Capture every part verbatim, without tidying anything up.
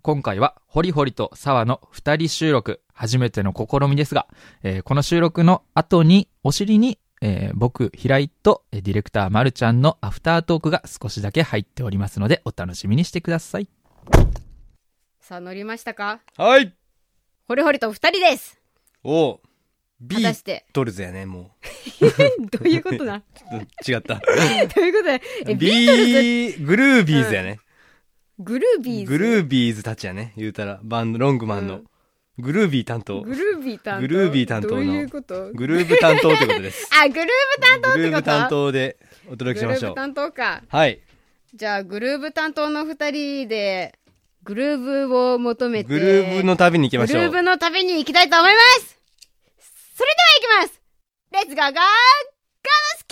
今回はホリホリとサワの二人収録、初めての試みですが、えー、この収録の後にお尻に、えー、僕平井とディレクターまるちゃんのアフタートークが少しだけ入っておりますのでお楽しみにしてください。 さあ乗りましたか？ はい。 ホリホリと二人です。 おう。ビ果たしてートルズやね、もう。どういうことだ違った。 どういうことだえ、 ビビートルズー、グルービーズやね。 グルービーズグルービーズたちやね、言うたら。バンド、ロングマンの。 うんグルービー担当。 グルービー担当グルービー担当のどういうことグルーブ担当ってことです。 あ、グルーブ担当ってことグルーブ担当でお届けしましょう。 グルーブ担当か。 はい。 じゃあ、グルーブ担当の二人で、グルーブを求めて、 グルーブの旅に行きましょう。 グルーブの旅に行きたいと思います。それでは行きます。レッツゴーゴーガノス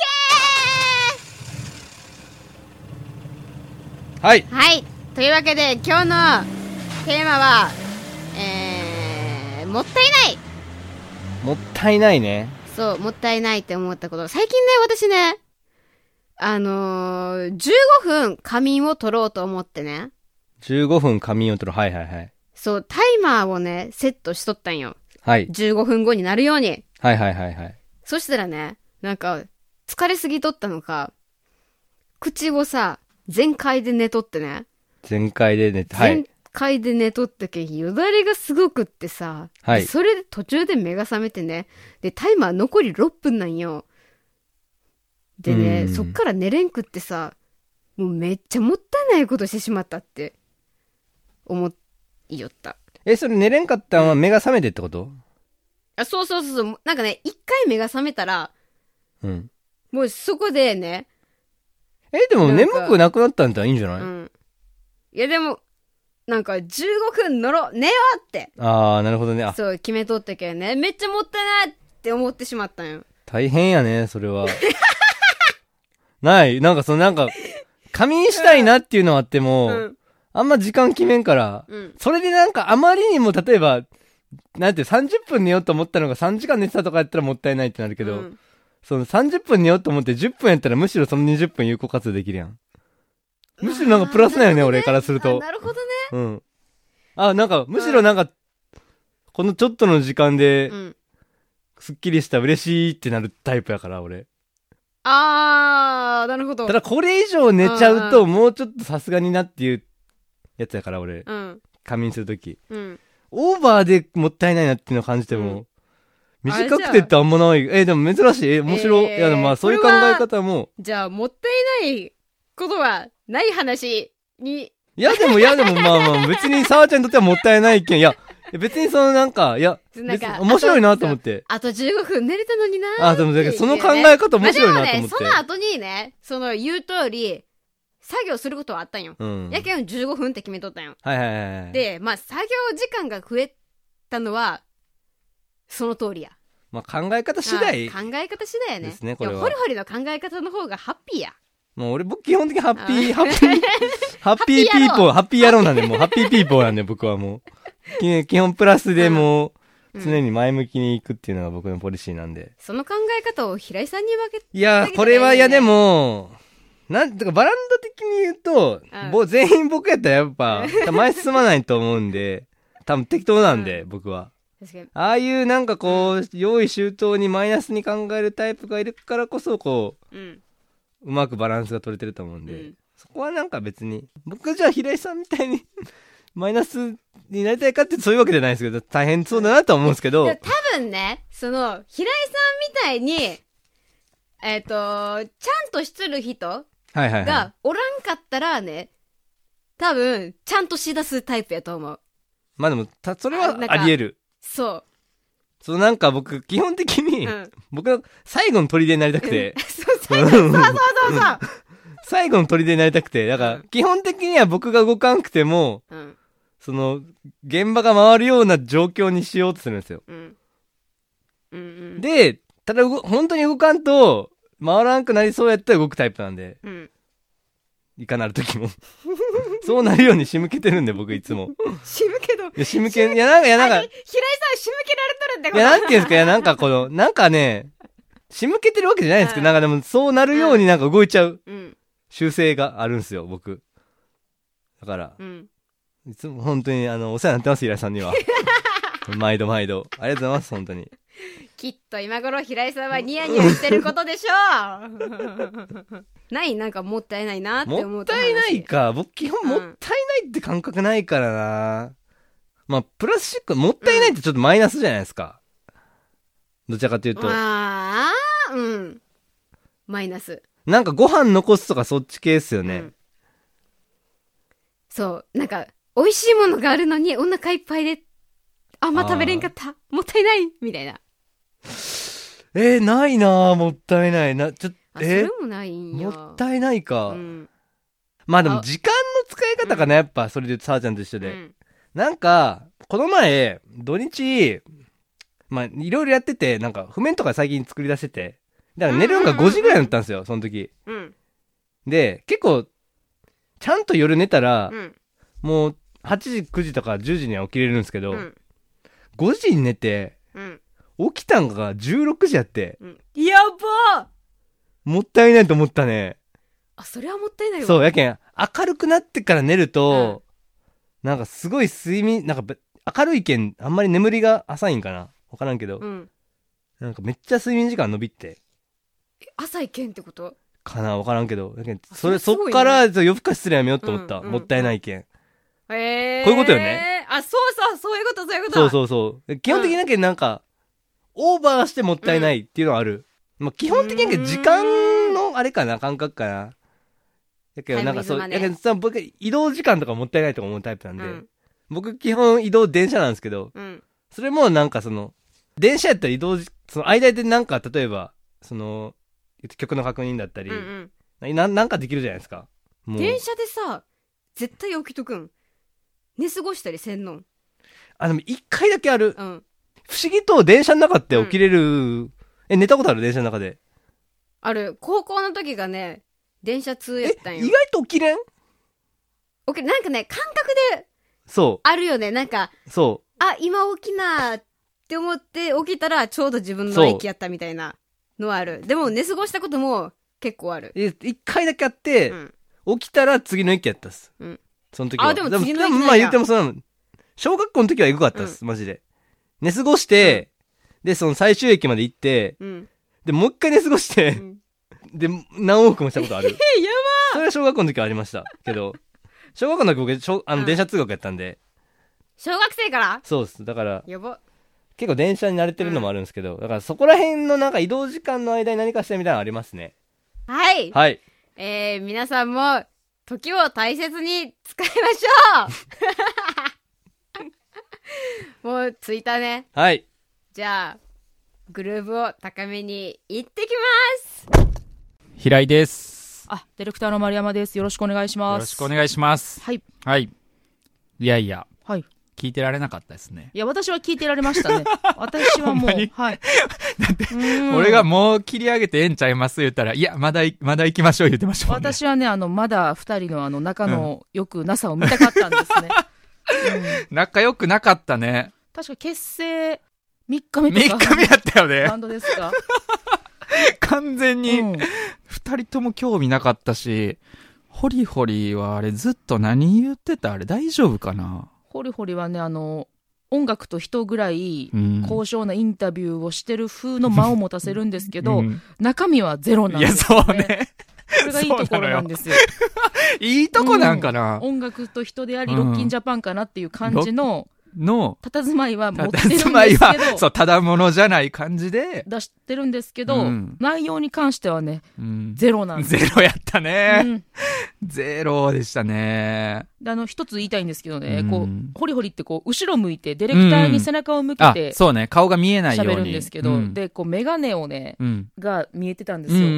ケはい。 はい。というわけで、今日のテーマは、えー、もったいない。 もったいないね。 そう、もったいないって思ったこと。最近ね、私ね、あのー、じゅうごふん仮眠を取ろうと思ってね。 じゅうごふん仮眠を取る。はいはいはい。 そう、タイマーをね、セットしとったんよ。 はい。 じゅうごふんごになるように。 はいはいはいはい。 そしたらね、なんか、疲れすぎとったのか、口をさ、全開で寝とってね。 全開で寝て、はい。 全開で寝とったけん、よだれがすごくってさ、 はい。 それで途中で目が覚めてね、で、タイマー残りろっぷんなんよ。でね、そっから寝れんくってさ、もうめっちゃもったいないことしてしまったって、思いよった。 え、それ寝れんかったんは目が覚めてってこと？ あ、そうそうそうそう、なんかね、一回目が覚めたら、 うん。 もうそこでね、 え、でも眠くなくなったんだったらいいんじゃない？ うん。いやでも、なんかじゅうごふん乗ろう、寝ようって。 あー、なるほどね。あ、 そう、決めとったけどね、めっちゃもったいないって思ってしまったんよ。 大変やね、それは。ない、なんかそのなんか、仮眠したいなっていうのはあっても、うん、あんま時間決めんから、うん、それでなんかあまりにも例えば、なんてさんじゅっぷん寝ようと思ったのがさんじかん寝てたとかやったらもったいないってなるけど、うん、そのさんじゅっぷん寝ようと思ってじゅっぷんやったらむしろそのにじゅっぷん有効活用できるやん。むしろなんかプラスだよね、ね俺からすると。 なるほどね。 うん。あ、なんか、むしろなんか、うん、このちょっとの時間で、すっきりした嬉しいってなるタイプやから、俺。 あー、なるほど。 ただこれ以上寝ちゃうと、もうちょっとさすがになっていうやつやから、俺。うん。仮眠するとき。うん。オーバーでもったいないなっていうのを感じても、うん、短くてってあんまない。えー、でも珍しい。えー、面白い。えー、いや、でもまあそういう考え方も。 じゃあ、もったいないことはない話に。 いや、でも、いや、でもまあまあ、別に沢ちゃんにとってはもったいないけん。いや、別にそのなんか、いや、なんか面白いなと思って。 あとじゅうごふん寝れたのになー。あ、でも、だからその考え方面白いなと思って。まあ、でもね、 その後にね、その言う通り、作業することはあったんよ。うん。やけんじゅうごふんって決めとったんよ。 はいはいはいはい。 で、まあ、作業時間が増えたのは、その通りや。 まあ、考え方次第。 考え方次第やね。 ですね、これは。 ホリホリの考え方の方がハッピーや。 もう俺、僕基本的にハッピー、ハッピー、ハッピーピーポー、ハッピー野郎なんで、もうハッピーピーポーなんで、僕はもう。基本プラスでもう、常に前向きに行くっていうのが僕のポリシーなんで。 その考え方を平井さんに分けて、ね。 いや、これは、いやでも、なんてか、バランド的に言うと、うん、全員僕やったらやっぱ、前進まないと思うんで、多分適当なんで、うん、僕は。ああいうなんかこう、用意周到にマイナスに考えるタイプがいるからこそ、こう、うん、うまくバランスが取れてると思うんで、うん、そこはなんか別に、僕じゃあ平井さんみたいに、マイナスになりたいかってそういうわけじゃないですけど、大変そうだなとは思うんですけど。 多分ね、その、平井さんみたいに、えっと、ちゃんとしつる人がおらんかったらね、多分、ちゃんとしだすタイプやと思う。 まあでも、た、それはあり得る。 そう。 そうなんか僕、基本的に、うん、僕の最後の砦になりたくて。 うん、そう、最後、そうそうそうそう。 最後の砦になりたくて。だから、うん、基本的には僕が動かんくても、うん、その、現場が回るような状況にしようとするんですよ。うんうんうん、で、ただ、本当に動かんと、回らんくなりそうやったら動くタイプなんで。うん、いかなる時も。そうなるように仕向けてるんで、僕いつも。 仕向けど。いや、仕向け、いや、なんか、いや、なんか。 平井さん仕向けられとるってこと？ いや、なんていうんですか、いや、なんかこの、なんかね、仕向けてるわけじゃないんですけど、なんかでも、そうなるようになんか動いちゃう。うん、習性があるんですよ、僕。だから。うん、 いつも本当にあのお世話になってます、平井さんには。毎度毎度ありがとうございます、本当に。 きっと今頃平井さんはニヤニヤしてることでしょう。ない、なんかもったいないなって思う。 もったいないか、僕基本もったいないって感覚ないからな、うん、まあプラスチックもったいないってちょっとマイナスじゃないですか、うん、どちらかというと。 ああ、うん、マイナス。 なんかご飯残すとかそっち系っすよね、うん、 そう、なんか美味しいものがあるのにお腹いっぱいであんま食べれんかった、もったいないみたいな。 えー、ないな、もったいないな、ちょっとえー、 それもないんや。 もったいないか、 うん、 まあでも時間の使い方かな、やっぱそれで言うとさあちゃんと一緒で、うん、なんかこの前土日まあいろいろやってて、なんか譜面とか最近作り出してて、だから寝るのがごじぐらいだったんですよ、その時、うん、で結構ちゃんと夜寝たら、うん、もうはちじくじとかじゅうじには起きれるんですけど、うん、ごじに寝て、うん、起きたんがじゅうろくじやって、うん、 やばー、 もったいないと思ったね。 あ、それはもったいないわ。 そうやけん明るくなってから寝ると、うん、なんかすごい睡眠、なんか明るいけんあんまり眠りが浅いんかな、分からんけど、うん、なんかめっちゃ睡眠時間伸びて、 え、浅いけんってことかな、分からんけど、やけんそれ、そっから夜更かしするやめようと思った、うんうんうん、もったいないけん。 へえー、 こういうことよね。 あ、そうそう、そういうこと、そういうこと。 そうそうそう。基本的になけんなんか、うん、オーバーしてもったいないっていうのはある。うん、まあ、基本的に時間のあれかな、感覚かな。やけどなんかそう、やけどさ、僕移動時間とかもったいないとか思うタイプなんで、うん、僕基本移動電車なんですけど、うん、それもなんかその、電車やったら移動、その間でなんか例えば、その、曲の確認だったり、うんうん、な, なんかできるじゃないですか。 もう電車でさ、絶対起きとくん。寝過ごしたりせんのん。 あ、でも一回だけある。うん、不思議と電車の中って起きれる、うん、え、寝たことある電車の中で。 ある。高校の時がね、電車通やったんよ。 え、意外と起きれん？ 起き、なんかね、感覚で、 そう。 あるよね、なんか。 そう。 あ、今起きなーって思って起きたらちょうど自分の駅やったみたいなのはある。でも寝過ごしたことも結構ある。 え、一回だけあって、うん、起きたら次の駅やったっす。うん。その時は。 あ、でも次の駅なんや。 まあ言ってもその、小学校の時はエグかったっす、うん、マジで。寝過ごして、うん、で、その最終駅まで行って、うん、で、もう一回寝過ごして、うん、で、何往復もしたことある。 えー、やばー。 それは小学校の時はありました。けど、小学校の時僕、小あの、電車通学やったんで。 小学生から？ そうっす。だから、 やば。 結構電車に慣れてるのもあるんですけど、うん、だからそこら辺のなんか移動時間の間に何かしてみたいなのありますね。 はい。 はい。 えー、皆さんも、時を大切に使いましょう。もう着いたね。 はい。 じゃあグルーブを高めに行ってきます。 平井です。 あ、ディレクターの丸山です。よろしくお願いします。 よろしくお願いします。 はいはい。いやいや、 はい、 聞いてられなかったですね。 いや、私は聞いてられましたね。私はもう、はい。だって俺がもう切り上げてええんちゃいます言ったら、いや、まだまだ行きましょう言ってましたもんね。 私はね、あのまだ二人のあの仲のよくなさを見たかったんですね。 うん、仲良くなかったね。 確か結成みっかめとか。 みっかめやったよね。 バンドですか。 完全に二人とも興味なかったし、ホリホリはあれずっと何言ってた？あれ大丈夫かな？ ホリホリはね、あの音楽と人ぐらい高尚なインタビューをしてる風の間を持たせるんですけど、うん、中身はゼロなんですよね。いや、そうね。それがいいところなんですよ。 いいとこなんかな、 うん、音楽と人であり、ロッキンジャパンかなっていう感じの、 の佇まいは持ってるんですけど、佇まいはそうただものじゃない感じで出してるんですけど、うん、内容に関してはね、うん、ゼロなんです。 ゼロやったね、うん、ゼロでしたね。 で、あの一つ言いたいんですけどね、うん、こうホリホリってこう後ろ向いてディレクターに背中を向けて、 うん、そうね、顔が見えないように喋るんですけど、うん、でこうメガネをね、うん、が見えてたんですよ、うん、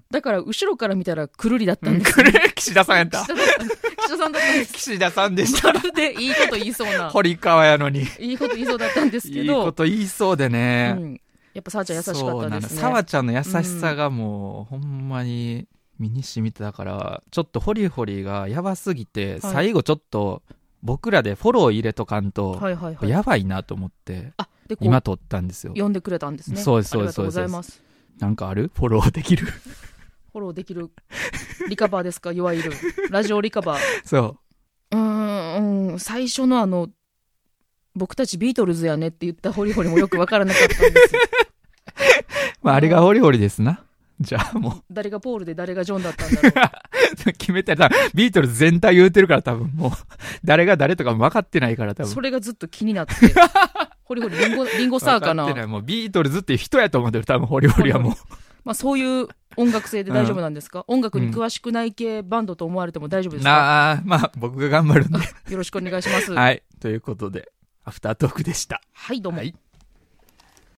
だから後ろから見たらくるりだったんですよ、ね、 うん、岸田さんやった岸田さんだったんです。 岸田さんでした。 まるでいいこと言いそうな堀川やのにいいこと言いそうだったんですけど、 いいこと言いそうでね、うん、 やっぱさわちゃん優しかったですね。 さわちゃんの優しさがもう、うん、ほんまに身に染みてたから、ちょっとホリホリがやばすぎて、はい、最後ちょっと僕らでフォロー入れとかんと、はいはいはい、やばいなと思って、あで今撮ったんですよ。 呼んでくれたんですね。 そうですそうです。ありがとうございます。なんかある？フォローできるフォローできるリカバーですか？いわゆるラジオリカバー。 そううーん、最初のあの、僕たちビートルズやねって言ったホリホリもよくわからなかったんですよ。 まあ、あれがホリホリですな。じゃあもう。 誰がポールで誰がジョンだったんだろう。決めたら、ビートルズ全体言うてるから多分もう、誰が誰とか分かってないから多分。 それがずっと気になって。ホリホリリンゴ、リンゴサーかな。 分かってない。もうビートルズっていう人やと思ってる多分ホリホリはもう。 まあそういう音楽性で大丈夫なんですか、うん、音楽に詳しくない系バンドと思われても大丈夫ですか？ ああ、まあ僕が頑張るんで。 よろしくお願いします。 はい。ということで、アフタートークでした。 はい、どうも。はい。